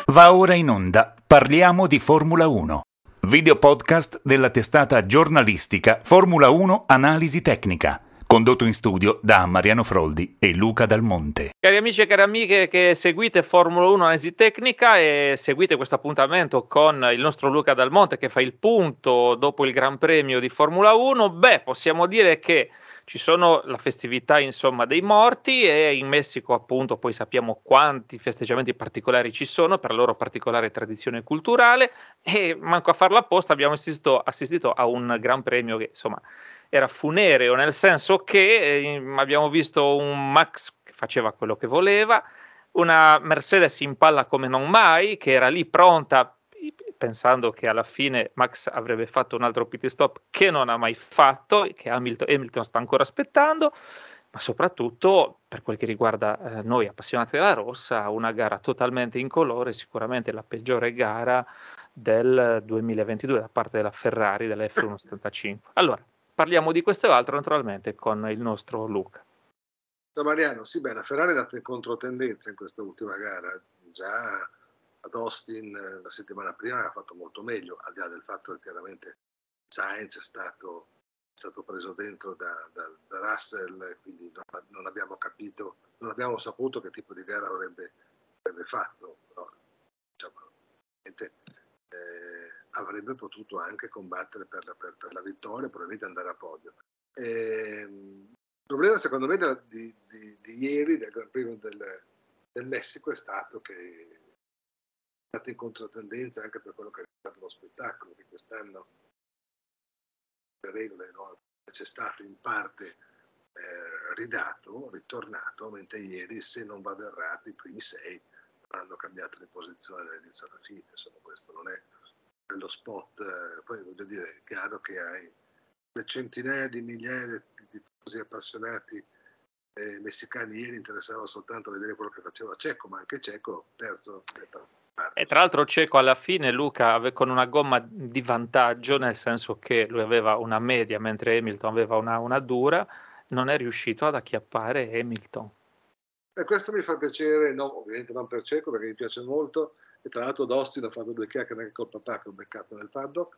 Va ora in onda, parliamo di Formula 1. Video podcast della testata giornalistica Formula 1 Analisi Tecnica, condotto in studio da Mariano Froldi e Luca Dal Monte. Cari amici e cari amiche che seguite Formula 1 Analisi Tecnica e seguite questo appuntamento con il nostro Luca Dal Monte che fa il punto dopo il Gran Premio di Formula 1, possiamo dire che ci sono la festività insomma dei morti e in Messico appunto poi sappiamo quanti festeggiamenti particolari ci sono per la loro particolare tradizione culturale e manco a farla apposta abbiamo assistito a un Gran Premio che insomma era funereo, nel senso che abbiamo visto un Max che faceva quello che voleva, una Mercedes in palla come non mai, che era lì pronta, pensando che alla fine Max avrebbe fatto un altro pit stop che non ha mai fatto, che Hamilton sta ancora aspettando, ma soprattutto per quel che riguarda noi appassionati della rossa, una gara totalmente incolore, sicuramente la peggiore gara del 2022 da parte della Ferrari, della F1 75. Allora, parliamo di questo e altro naturalmente con il nostro Luca. Mariano, sì, la Ferrari è andata in controtendenza in questa ultima gara. Già ad Austin la settimana prima aveva fatto molto meglio, al di là del fatto che chiaramente Sainz è stato preso dentro da Russell, quindi non abbiamo capito, non abbiamo saputo che tipo di gara avrebbe fatto. Però, diciamo, avrebbe potuto anche combattere per la vittoria, probabilmente andare a podio. Il problema secondo me di ieri, del Gran Premio del Messico, è stato che è andato in controtendenza anche per quello che è stato lo spettacolo, che quest'anno le regole c'è stato in parte ritornato, mentre ieri, se non vado errato, i primi 6 hanno cambiato di posizione dall'inizio alla fine. Insomma, questo non è lo spot, poi voglio dire, è chiaro che hai le centinaia di migliaia di tifosi appassionati messicani. Ieri interessava soltanto vedere quello che faceva Checo, ma anche Checo terzo. E tra l'altro Checo alla fine, Luca, con una gomma di vantaggio, nel senso che lui aveva una media mentre Hamilton aveva una dura, non è riuscito ad acchiappare Hamilton. E questo mi fa piacere, no, ovviamente non per Checo perché mi piace molto, e tra l'altro ad Austin ho fatto 2 chiacchiere anche col papà che ho beccato nel paddock.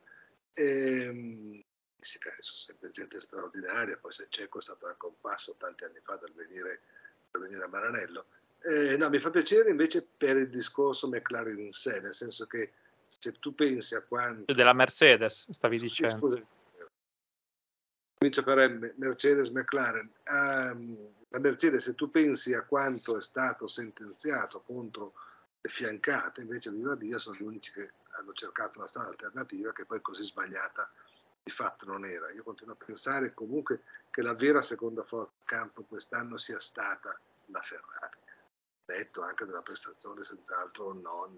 Sì, sono sempre gente straordinaria, poi se Checo è stato anche un passo tanti anni fa dal venire a Maranello. No, mi fa piacere invece per il discorso McLaren in sé, nel senso che se tu pensi a quanto... Della Mercedes, stavi dicendo. Scusa, comincia per Mercedes McLaren. La Mercedes, se tu pensi a quanto è stato sentenziato contro le fiancate, invece viva Dio sono gli unici che hanno cercato una strada alternativa che poi così sbagliata di fatto non era. Io continuo a pensare comunque che la vera seconda forza in campo quest'anno sia stata la Ferrari, detto anche della prestazione senz'altro non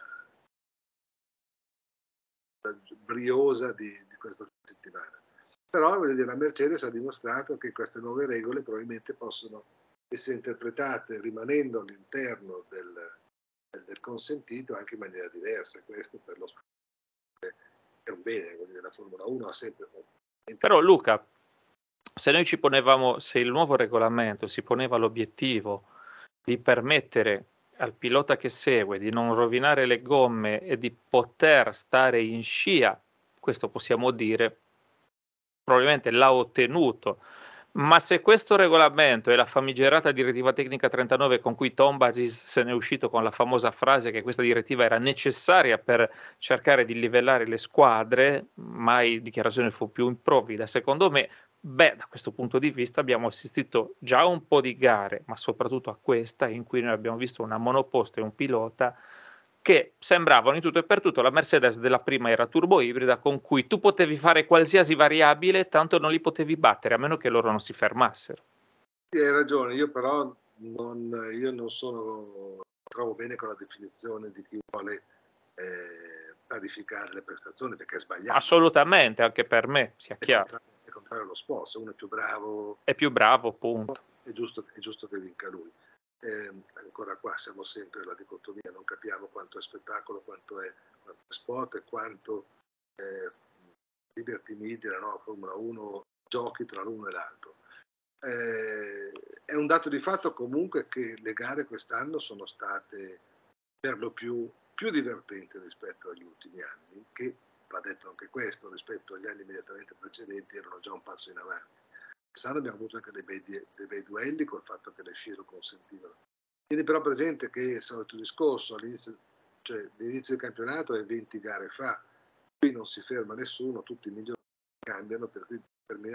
briosa di questa settimana. Però voglio dire, la Mercedes ha dimostrato che queste nuove regole probabilmente possono essere interpretate rimanendo all'interno del consentito anche in maniera diversa. Questo per lo sport è un bene, voglio dire, la Formula 1 ha sempre... Però Luca, se il nuovo regolamento si poneva l'obiettivo di permettere al pilota che segue di non rovinare le gomme e di poter stare in scia, questo possiamo dire, probabilmente l'ha ottenuto. Ma se questo regolamento e la famigerata direttiva tecnica 39 con cui Tombazis se ne è uscito con la famosa frase che questa direttiva era necessaria per cercare di livellare le squadre, mai dichiarazione fu più improvvida, secondo me, da questo punto di vista abbiamo assistito già a un po' di gare, ma soprattutto a questa in cui noi abbiamo visto una monoposto e un pilota che sembravano in tutto e per tutto la Mercedes della prima era turbo ibrida con cui tu potevi fare qualsiasi variabile, tanto non li potevi battere, a meno che loro non si fermassero. Sì, hai ragione, io però non trovo bene con la definizione di chi vuole parificare le prestazioni, perché è sbagliato. Assolutamente, anche per me, sia chiaro. È contrario allo sport, se uno è più bravo... È più bravo, punto. È giusto che vinca lui. Ancora qua siamo sempre la dicotomia, non capiamo quanto è spettacolo, quanto è sport e quanto Liberty Media, la nuova Formula 1, giochi tra l'uno e l'altro. È un dato di fatto comunque che le gare quest'anno sono state per lo più più divertente rispetto agli ultimi anni, che va detto anche questo, rispetto agli anni immediatamente precedenti erano già un passo in avanti. Quest'anno abbiamo avuto anche dei bei duelli col fatto che le scie lo consentivano. Tieni però presente che il solito discorso, l'inizio del campionato è 20 gare fa, qui non si ferma nessuno, tutti i migliori cambiano, per cui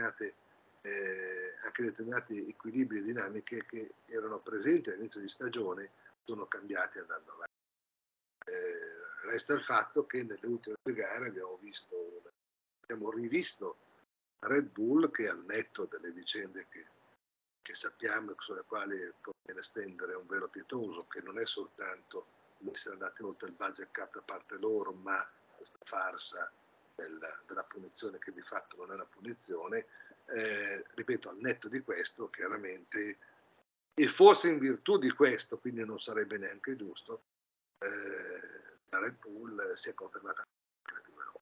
anche determinati equilibri e dinamiche che erano presenti all'inizio di stagione sono cambiati andando avanti. Resta il fatto che nelle ultime 2 gare abbiamo rivisto Red Bull che, al netto delle vicende che sappiamo, sulle quali conviene stendere un velo pietoso, che non è soltanto essere andati oltre il budget cap da parte loro, ma questa farsa della punizione che di fatto non è una punizione, ripeto, al netto di questo, chiaramente, e forse in virtù di questo, quindi non sarebbe neanche giusto, la Red Bull si è confermata più veloce.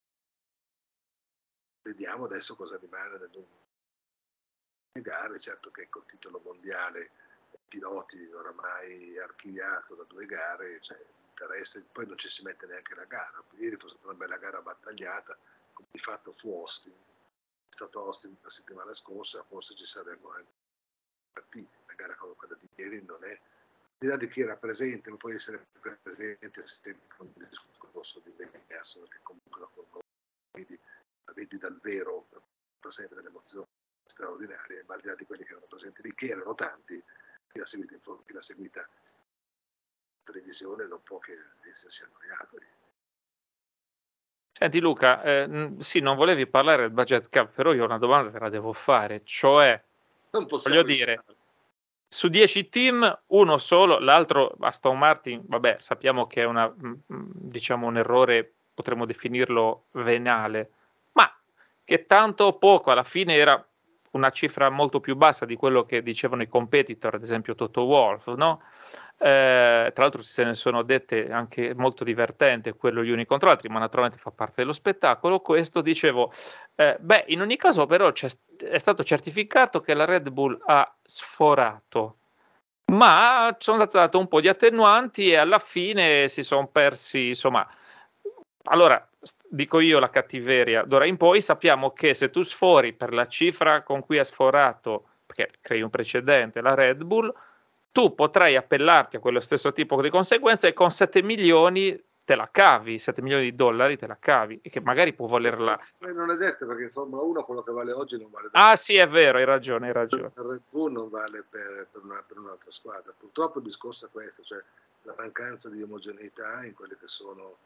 Vediamo adesso cosa rimane nelle gare. Certo che col titolo mondiale piloti oramai archiviato da 2 gare, cioè interesse, poi non ci si mette neanche la gara. Ieri fosse stata una bella gara battagliata, come di fatto fu Austin. È stato Austin la settimana scorsa, forse ci saremmo anche partiti. La gara come quella di ieri non è, al di là di chi era presente, non può essere presente sempre un discorso diverso, perché comunque la vedi dal vero, sempre delle emozioni straordinarie, ma al di là di quelli che erano presenti lì, che erano tanti, chi l'ha seguita in televisione non può che essersi annoiato. Senti Luca, sì, non volevi parlare del budget cap, però io una domanda te la devo fare, cioè, voglio dire, su 10 team, uno solo, l'altro Aston Martin, vabbè, sappiamo che è diciamo un errore, potremmo definirlo venale, ma che tanto o poco alla fine era una cifra molto più bassa di quello che dicevano i competitor, ad esempio Toto Wolff, no? Tra l'altro se ne sono dette anche molto divertente quello gli uni contro gli altri, ma naturalmente fa parte dello spettacolo. Questo dicevo, in ogni caso però è stato certificato che la Red Bull ha sforato, ma sono state date un po' di attenuanti e alla fine si sono persi, insomma. Allora, dico io la cattiveria, d'ora in poi sappiamo che se tu sfori per la cifra con cui ha sforato, perché crei un precedente, la Red Bull, tu potrai appellarti a quello stesso tipo di conseguenza e con 7 milioni te la cavi, 7 milioni di dollari te la cavi, e che magari può volerla. Non è detto, perché in Formula 1 quello che vale oggi non vale Ah sì, è vero, hai ragione. Il Red Bull non vale per un'altra squadra. Purtroppo il discorso è questo, cioè la mancanza di omogeneità in quelle che sono,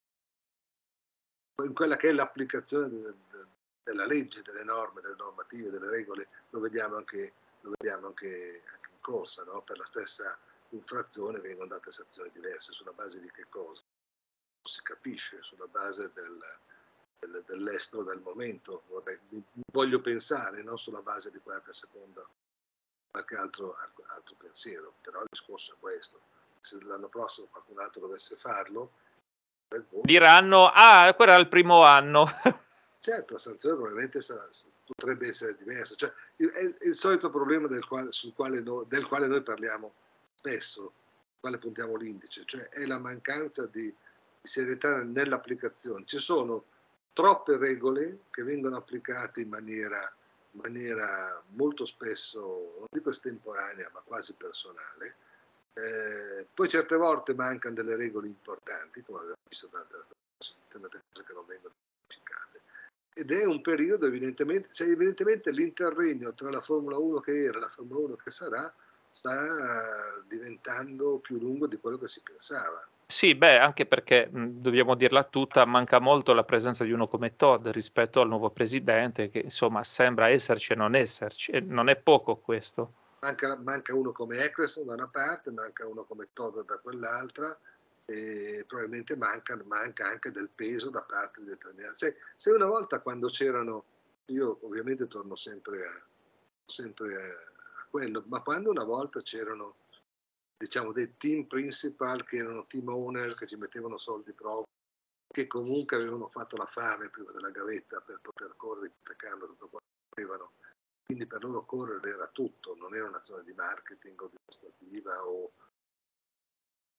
in quella che è l'applicazione della legge, delle norme, delle normative, delle regole. Lo vediamo anche in corsa, no? Per la stessa infrazione vengono date sanzioni diverse. Sulla base di che cosa? Non si capisce, sulla base dell'estero del momento, voglio pensare, non sulla base di qualche seconda, qualche altro pensiero. Però il discorso è questo: se l'anno prossimo qualcun altro dovesse farlo, diranno quello era il primo anno. Certo, la sanzione probabilmente potrebbe essere diversa. Cioè, è il solito problema del quale noi parliamo spesso, sul quale puntiamo l'indice, cioè è la mancanza di serietà nell'applicazione. Ci sono troppe regole che vengono applicate in maniera molto spesso, non dico estemporanea, ma quasi personale. Poi certe volte mancano delle regole importanti, come abbiamo visto tante cose che non vengono applicate. Ed è un periodo evidentemente l'interregno tra la Formula 1 che era e la Formula 1 che sarà sta diventando più lungo di quello che si pensava. Sì, anche perché dobbiamo dirla tutta, manca molto la presenza di uno come Todd rispetto al nuovo presidente, che insomma sembra esserci e non esserci, e non è poco questo. Manca uno come Eccleston da una parte, manca uno come Todd da quell'altra, e probabilmente manca anche del peso da parte di determinati. Se una volta, quando c'erano, io ovviamente torno sempre a quello, ma quando una volta c'erano, diciamo, dei team principal che erano team owner, che ci mettevano soldi propri, che comunque avevano fatto la fame prima della gavetta per poter correre ipotecando tutto quello che avevano, quindi per loro correre era tutto, non era un'azione di marketing o di prospettiva o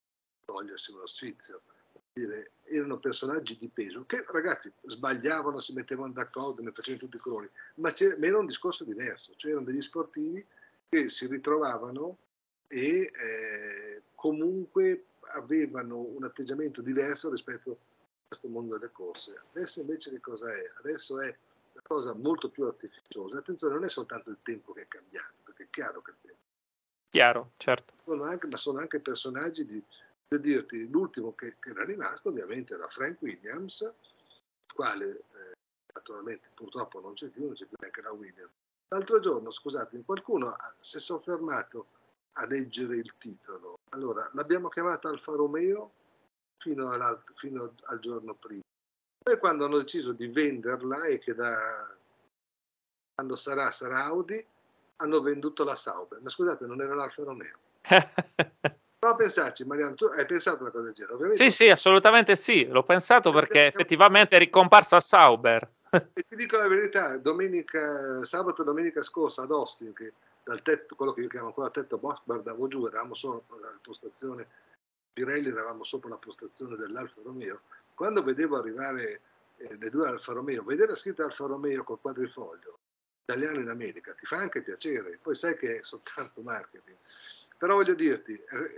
togliersi uno sfizio. Erano personaggi di peso che, ragazzi, sbagliavano, si mettevano d'accordo, ne facevano tutti i colori, ma era un discorso diverso. C'erano degli sportivi che si ritrovavano e comunque avevano un atteggiamento diverso rispetto a questo mondo delle corse. Adesso invece che cosa è? Adesso è una cosa molto più artificiosa. Attenzione, non è soltanto il tempo che è cambiato, perché è chiaro che il tempo Chiaro, certo. sono anche personaggi per dirti, l'ultimo che era rimasto ovviamente era Frank Williams, il quale naturalmente purtroppo non c'è più neanche la Williams. L'altro giorno, scusate, qualcuno si è soffermato a leggere il titolo. Allora, l'abbiamo chiamata Alfa Romeo fino al giorno prima. Poi quando hanno deciso di venderla e che quando sarà Audi, hanno venduto la Sauber. Ma scusate, non era l'Alfa Romeo. Prova a pensarci, Mariano, tu hai pensato a una cosa del genere? Ovviamente Sì, assolutamente sì, l'ho pensato perché effettivamente è ricomparsa Sauber. E ti dico la verità, sabato e domenica scorsa ad Austin, che dal tetto, quello che io chiamo ancora tetto box, guardavo giù, eravamo solo alla postazione Pirelli, eravamo sopra la postazione dell'Alfa Romeo. Quando vedevo arrivare le due Alfa Romeo, vedere scritto Alfa Romeo col quadrifoglio italiano in America ti fa anche piacere, poi sai che è soltanto marketing. Però voglio dirti,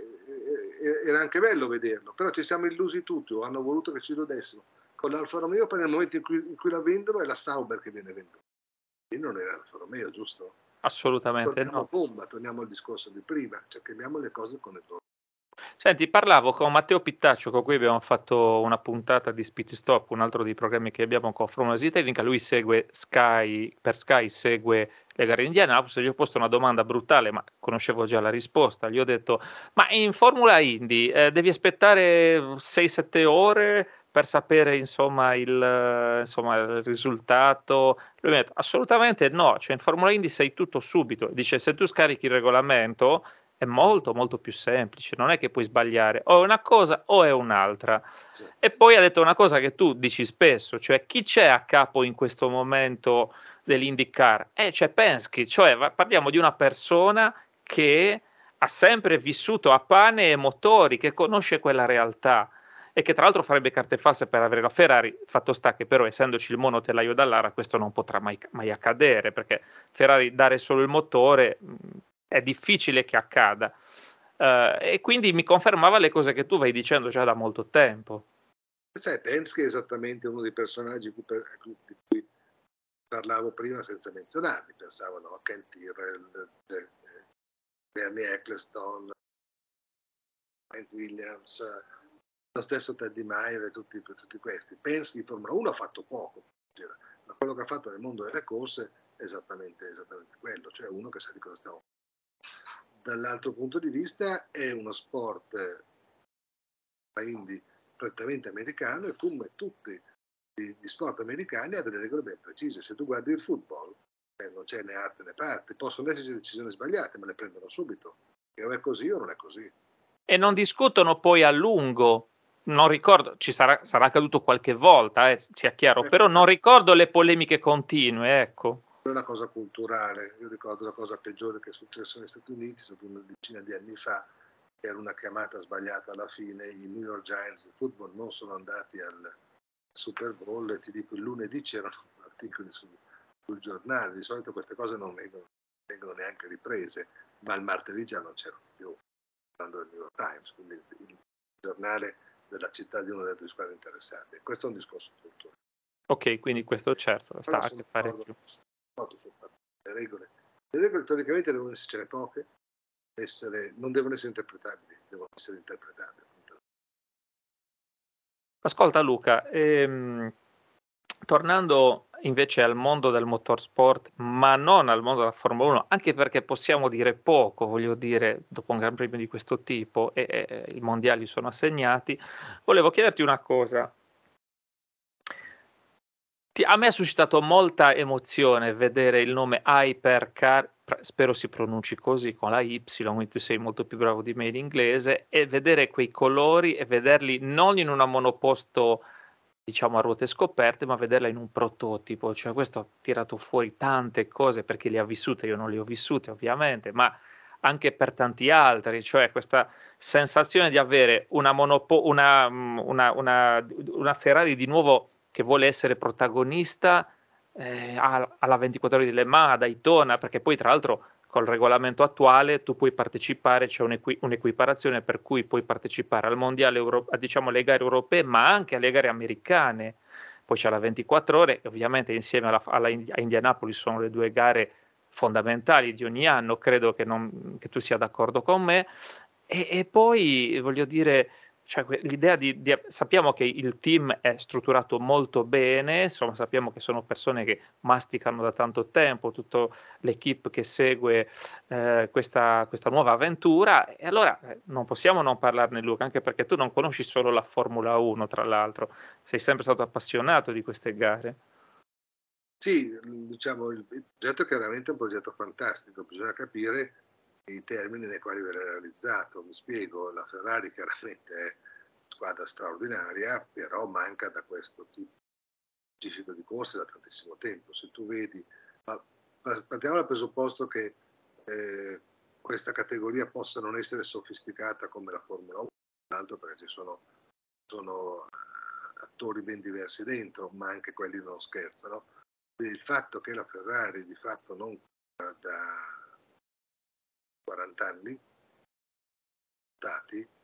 era anche bello vederlo, però ci siamo illusi tutti, o hanno voluto che ci lo dessero con l'Alfa Romeo, poi nel momento in cui la vendono è la Sauber che viene venduta. E non era l'Alfa Romeo, giusto? Assolutamente no. Torniamo al discorso di prima, cioè chiamiamo le cose con il loro. Senti, parlavo con Matteo Pittaccio, con cui abbiamo fatto una puntata di Speed Stop, un altro dei programmi che abbiamo con Formula Easy Tecnica. Lui segue per Sky segue le gare di Indianapolis. Gli ho posto una domanda brutale, ma conoscevo già la risposta. Gli ho detto: ma in Formula Indy devi aspettare 6-7 ore per sapere insomma il risultato? Lui mi ha detto: assolutamente no, cioè in Formula Indy sai tutto subito. Dice: se tu scarichi il regolamento è molto molto più semplice, non è che puoi sbagliare, o è una cosa o è un'altra. Sì. E poi ha detto una cosa che tu dici spesso, cioè chi c'è a capo in questo momento dell'IndyCar? C'è Penske, cioè parliamo di una persona che ha sempre vissuto a pane e motori, che conosce quella realtà e che tra l'altro farebbe carte false per avere la Ferrari. Fatto sta che però, essendoci il monotelaio Dallara, questo non potrà mai accadere, perché Ferrari dare solo il motore è difficile che accada, e quindi mi confermava le cose che tu vai dicendo già da molto tempo. Sai, Penske è esattamente uno dei personaggi di cui parlavo prima senza menzionarli. Pensavano a Ken Tyrrell, Bernie Ecclestone, Frank Williams, lo stesso Teddy Meyer e tutti questi. Penske in Formula 1 ha fatto poco, ma quello che ha fatto nel mondo delle corse è esattamente quello, cioè uno che sa di cosa sta. Dall'altro punto di vista è uno sport quindi prettamente americano, e come tutti gli sport americani ha delle regole ben precise. Se tu guardi il football non c'è né arte né parte, possono esserci decisioni sbagliate, ma le prendono subito, e o è così o non è così. E non discutono poi a lungo. Non ricordo, ci sarà accaduto qualche volta, sia chiaro, però non ricordo le polemiche continue, ecco. È una cosa culturale. Io ricordo la cosa peggiore che è successo negli Stati Uniti, è stata una decina di anni fa, era una chiamata sbagliata alla fine. I New York Giants di football non sono andati al Super Bowl, e ti dico, il lunedì c'erano articoli sul giornale. Di solito queste cose non vengono neanche riprese, ma il martedì già non c'erano più, parlando del New York Times, quindi il giornale della città di una delle due squadre interessate. Questo è un discorso culturale. Ok, quindi questo certo sta a che fare più. Le regole teoricamente devono essercene poche, non devono essere interpretabili, devono essere interpretate. Ascolta Luca, tornando invece al mondo del motorsport, ma non al mondo della Formula 1, anche perché possiamo dire poco, voglio dire, dopo un Gran Premio di questo tipo e i mondiali sono assegnati, volevo chiederti una cosa. A me ha suscitato molta emozione vedere il nome Hypercar, spero si pronunci così, con la Y, quindi tu sei molto più bravo di me in inglese, e vedere quei colori e vederli non in una monoposto, diciamo, a ruote scoperte, ma vederla in un prototipo. Cioè questo ha tirato fuori tante cose, perché le ha vissute, io non le ho vissute ovviamente, ma anche per tanti altri, cioè questa sensazione di avere una Ferrari di nuovo che vuole essere protagonista alla 24 ore di Le Mans, a Daytona, perché poi tra l'altro col regolamento attuale tu puoi partecipare, c'è un'equiparazione per cui puoi partecipare al mondiale, diciamo alle gare europee, ma anche alle gare americane. Poi c'è la 24 ore, e ovviamente insieme a Indianapolis sono le due gare fondamentali di ogni anno, credo che tu sia d'accordo con me. E poi voglio dire, cioè, l'idea sappiamo che il team è strutturato molto bene, insomma, sappiamo che sono persone che masticano da tanto tempo, tutta l'equipe che segue questa nuova avventura, e allora non possiamo non parlarne, Luca, anche perché tu non conosci solo la Formula 1, tra l'altro, sei sempre stato appassionato di queste gare. Sì, diciamo, il progetto è chiaramente un progetto fantastico, bisogna capire i termini nei quali viene realizzato. Mi spiego, la Ferrari chiaramente è una squadra straordinaria, però manca da questo tipo specifico di corse da tantissimo tempo. Se tu vedi, partiamo dal presupposto che questa categoria possa non essere sofisticata come la Formula 1, tanto perché ci sono attori ben diversi dentro, ma anche quelli non scherzano. Il fatto che la Ferrari di fatto non da 40 anni stati,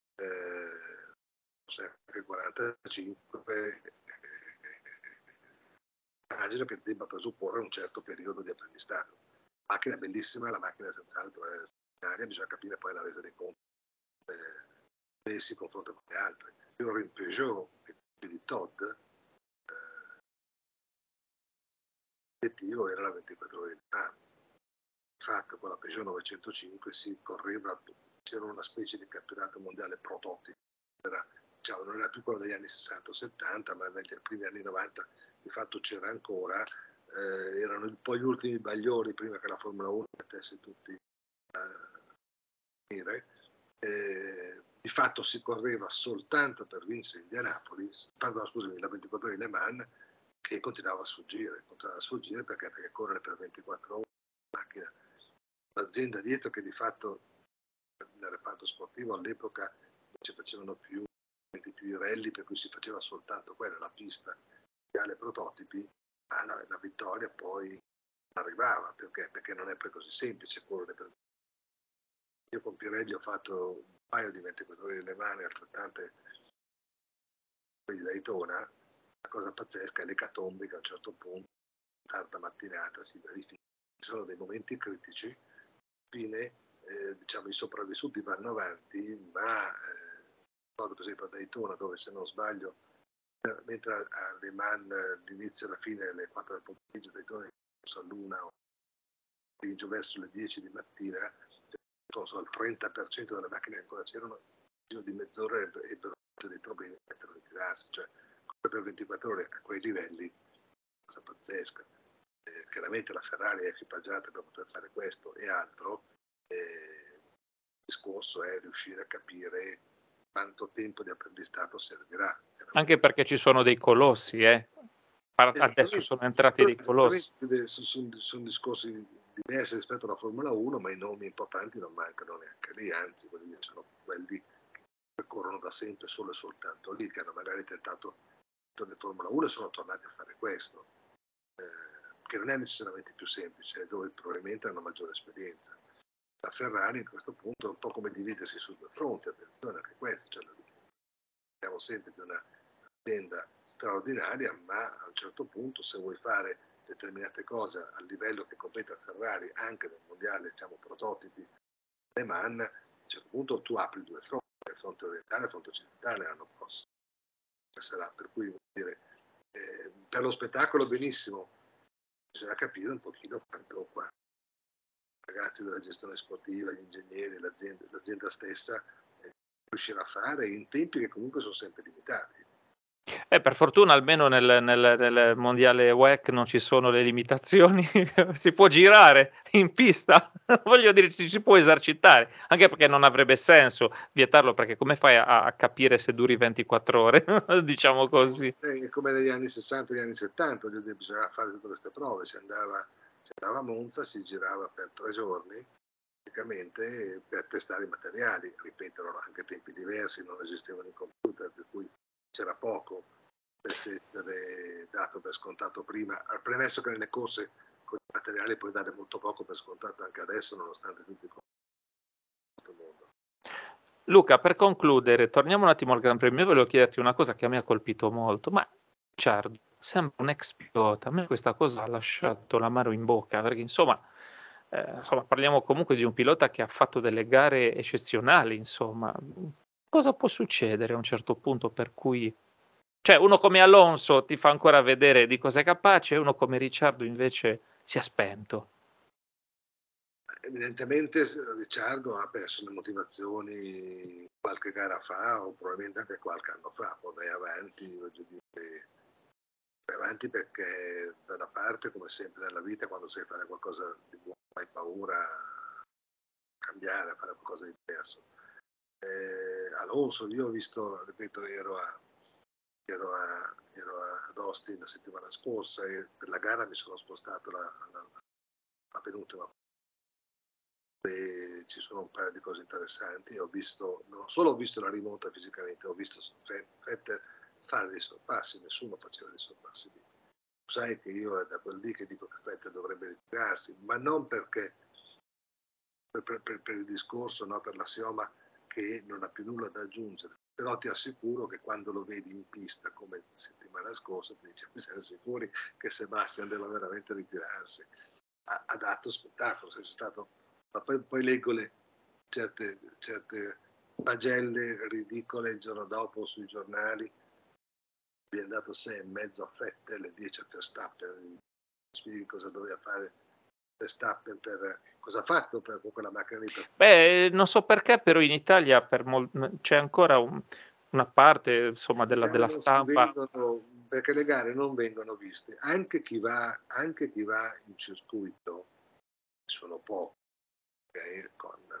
anche 45, immagino che debba presupporre un certo periodo di apprendistato. La macchina è bellissima, la macchina senz'altro è straordinaria, bisogna capire poi la resa dei conti e si confronta con le altre. Io ero in Peugeot e di Todd, l'obiettivo era la 24 ore di Le Mans. Fatto con la Peugeot 905 si correva, c'era una specie di campionato mondiale prototipo, non era più quello degli anni 60 o 70, ma negli primi anni 90 di fatto c'era ancora, erano poi gli ultimi bagliori prima che la Formula 1 mettesse tutti a venire. Di fatto si correva soltanto per vincere Indianapolis, la 24 ore di Le Mans, e continuava a sfuggire perché correre per 24 ore macchina, l'azienda dietro che di fatto nel reparto sportivo all'epoca non ci facevano più i rally, per cui si faceva soltanto quella, la pista alle prototipi, ma la vittoria poi non arrivava, perché non è poi così semplice correre per... Io con Pirelli ho fatto un paio di 24 ore di Le Mans, altrettante di Daytona. La cosa pazzesca è l'ecatombe che a un certo punto, tarda mattinata, si verifica. Ci sono dei momenti critici, fine diciamo i sopravvissuti vanno avanti, ma ricordo per esempio a Daytona, dove se non sbaglio mentre a Le Mans l'inizio e la fine alle 4 del pomeriggio, Daytona all'1 o verso le 10 di mattina, al 30% delle macchine che ancora c'erano, di mezz'ora ebbero dei problemi a metterlo a ritirarsi, cioè per 24 ore a quei livelli, cosa pazzesca. Chiaramente la Ferrari è equipaggiata per poter fare questo e altro. Il discorso è riuscire a capire quanto tempo di apprendistato servirà. Anche perché ci sono dei colossi, adesso sono entrati dei colossi. Sono discorsi diversi rispetto alla Formula 1, ma i nomi importanti non mancano neanche lì, anzi sono quelli che corrono da sempre solo e soltanto lì, che hanno magari tentato nella Formula 1 e sono tornati a fare questo, che non è necessariamente più semplice, dove probabilmente hanno maggiore esperienza. La Ferrari a questo punto è un po' come dividersi su due fronti, attenzione anche questo, cioè parliamo sempre di un'azienda straordinaria, ma a un certo punto se vuoi fare determinate cose a livello che compete a Ferrari anche nel mondiale, diciamo prototipi Le Mans, a un certo punto tu apri due fronti, il fronte orientale e il fronte occidentale l'anno prossimo. Sarà, per cui vuol dire, per lo spettacolo benissimo, bisogna capire un pochino quanto qua i ragazzi della gestione sportiva, gli ingegneri, l'azienda stessa riuscirà a fare in tempi che comunque sono sempre limitati. Per fortuna almeno nel mondiale WEC non ci sono le limitazioni, si può girare in pista, voglio dire, si può esercitare, anche perché non avrebbe senso vietarlo, perché come fai a capire se duri 24 ore, diciamo così. Come negli anni 60 e negli anni 70, bisognava fare tutte queste prove, si andava a Monza, si girava per 3 giorni, si praticamente per testare i materiali, ripeto, erano anche tempi diversi, non esistevano i computer, per cui c'era poco per essere dato per scontato prima, al premesso che nelle corse con i materiali puoi dare molto poco per scontato anche adesso, nonostante tutti i questo mondo. Luca, per concludere, torniamo un attimo al Gran Premio. Io volevo chiederti una cosa che a me ha colpito molto, ma Ricciardo sembra un ex pilota. A me questa cosa ha lasciato l'amaro in bocca, perché insomma, parliamo comunque di un pilota che ha fatto delle gare eccezionali, insomma. Cosa può succedere a un certo punto per cui... Cioè, uno come Alonso ti fa ancora vedere di cosa è capace, e uno come Ricciardo invece si è spento. Evidentemente Ricciardo ha perso le motivazioni qualche gara fa o probabilmente anche qualche anno fa, poi vai avanti, voglio dire, vai avanti perché da una parte, come sempre nella vita, quando sai fare qualcosa di buono hai paura a cambiare, a fare qualcosa di diverso. Alonso, io ho visto, ripeto, ero ad Austin la settimana scorsa e per la gara mi sono spostato la penultima. E ci sono un paio di cose interessanti. Ho visto, non solo ho visto la rimonta fisicamente, ho visto Vettel fare dei sorpassi, nessuno faceva dei sorpassi. Sai che io è da quel lì che dico che Vettel dovrebbe ritirarsi, ma non perché per il discorso, no, per l'assioma che non ha più nulla da aggiungere, però ti assicuro che quando lo vedi in pista come settimana scorsa ti dici: mi siamo sicuri che Sebastian deve veramente ritirarsi. Ha dato spettacolo, sei stato, ma poi leggo certe pagelle ridicole il giorno dopo sui giornali, viene dato 6,5 a Vettel e 10 a Verstappen. Spieghi cosa doveva fare Verstappen, cosa ha fatto per quella macchina lì? Beh, non so perché, però in Italia c'è ancora una parte, insomma, della stampa. Perché le gare non vengono viste. Anche chi va in circuito, sono pochi, okay, con il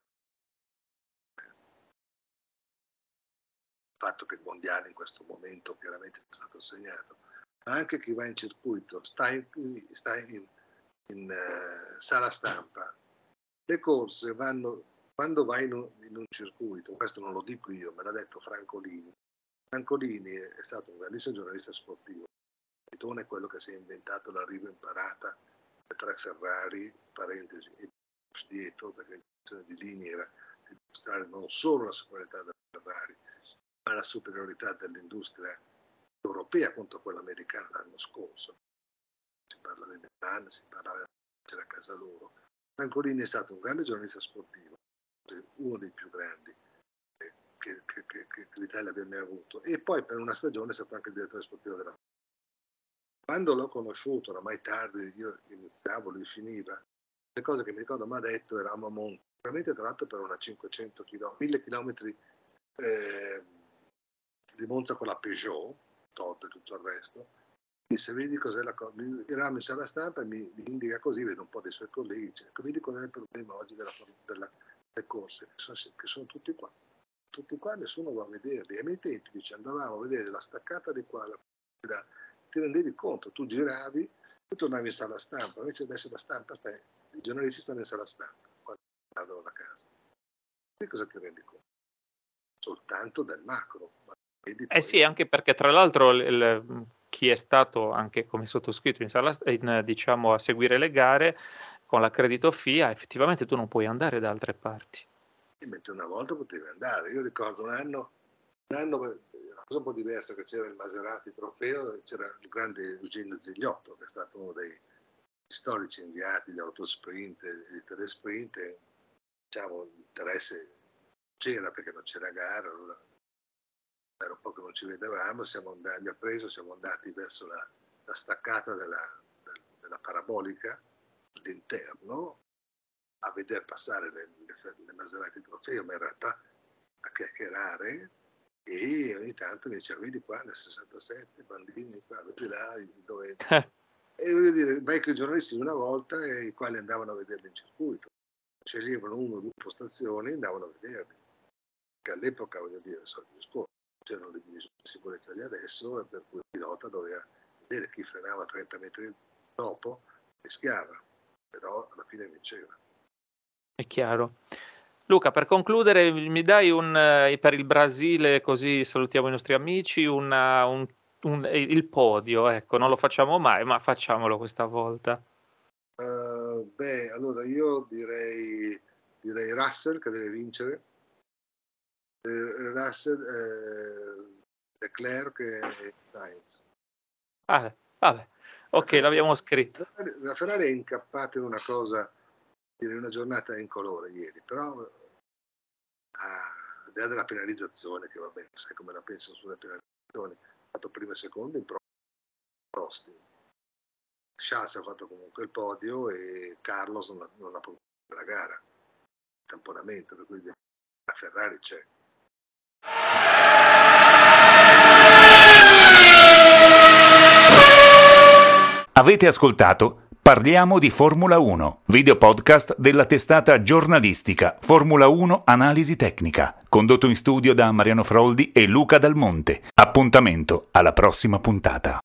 fatto che il mondiale in questo momento chiaramente è stato segnato, ma anche chi va in circuito sta in sala stampa. Le corse vanno, quando vai in un circuito, questo non lo dico io, me l'ha detto Francolini. Francolini è stato un grandissimo giornalista sportivo. Pitone è quello che si è inventato l'arrivo in parata per 3 Ferrari, parentesi, e dietro, perché l'intenzione di Lini era di dimostrare non solo la superiorità della Ferrari, ma la superiorità dell'industria europea contro quella americana l'anno scorso. Si parla di Milan, si parla di a casa loro. Francolini è stato un grande giornalista sportivo, uno dei più grandi che l'Italia abbia mai avuto, e poi per una stagione è stato anche il direttore sportivo della. Quando l'ho conosciuto, oramai tardi, io iniziavo, lui finiva, le cose che mi ricordo mi ha detto, eravamo a Monte, veramente tra l'altro per una 500 km, 1000 km di Monza con la Peugeot, Todd e tutto il resto. Se vedi cos'è la cosa, eravamo in sala stampa e mi indica così, vedo un po' dei suoi colleghi, dice: vedi cos'è il problema oggi delle corse, che sono tutti qua, nessuno va a vederli. Ai miei tempi dice, andavamo a vedere la staccata di qua, ti rendevi conto, tu giravi e tornavi in sala stampa, invece adesso la stampa i giornalisti stanno in sala stampa quando vanno da casa. E cosa ti rendi conto? Soltanto del macro. Sì, anche perché tra l'altro chi è stato anche come sottoscritto diciamo, a seguire le gare con l'accredito FIA, effettivamente tu non puoi andare da altre parti. Mentre una volta potevi andare. Io ricordo un anno, una cosa un po' diversa, che c'era il Maserati Trofeo e c'era il grande Eugenio Zigliotto, che è stato uno dei storici inviati di Autosprint e di Telesprint, e diciamo l'interesse c'era perché non c'era gara, allora era un po' che non ci vedevamo, mi ha preso, siamo andati verso la staccata della parabolica, all'interno, a vedere passare le Maserati Trofeo, ma in realtà a chiacchierare, e ogni tanto mi diceva: vedi qua nel 67, bambini qua, vedi là, dove. E voglio dire, vai con i giornalisti una volta, i quali andavano a vederli in circuito, sceglievano uno o due postazioni e andavano a vederli, che all'epoca, voglio dire, c'erano le misure di sicurezza di adesso, e per cui il pilota doveva vedere chi frenava 30 metri dopo, rischiava, però alla fine vinceva. È chiaro. Luca, per concludere, mi dai per il Brasile, così salutiamo i nostri amici, il podio, ecco, non lo facciamo mai, ma facciamolo questa volta. Allora io direi Russell che deve vincere, Russell, Leclerc e Sainz. Vabbè. Ok, l'abbiamo scritto. La Ferrari è incappata in una cosa, direi una giornata incolore ieri, però al di là della penalizzazione, che va bene, sai come la penso sulle penalizzazioni, ha fatto primo e secondo in prosti. Charles ha fatto comunque il podio e Carlos non ha potuto la gara, il tamponamento, per cui la Ferrari c'è. Avete ascoltato Parliamo di Formula 1, video podcast della testata giornalistica Formula 1 Analisi Tecnica, condotto in studio da Mariano Froldi e Luca Dal Monte. Appuntamento alla prossima puntata.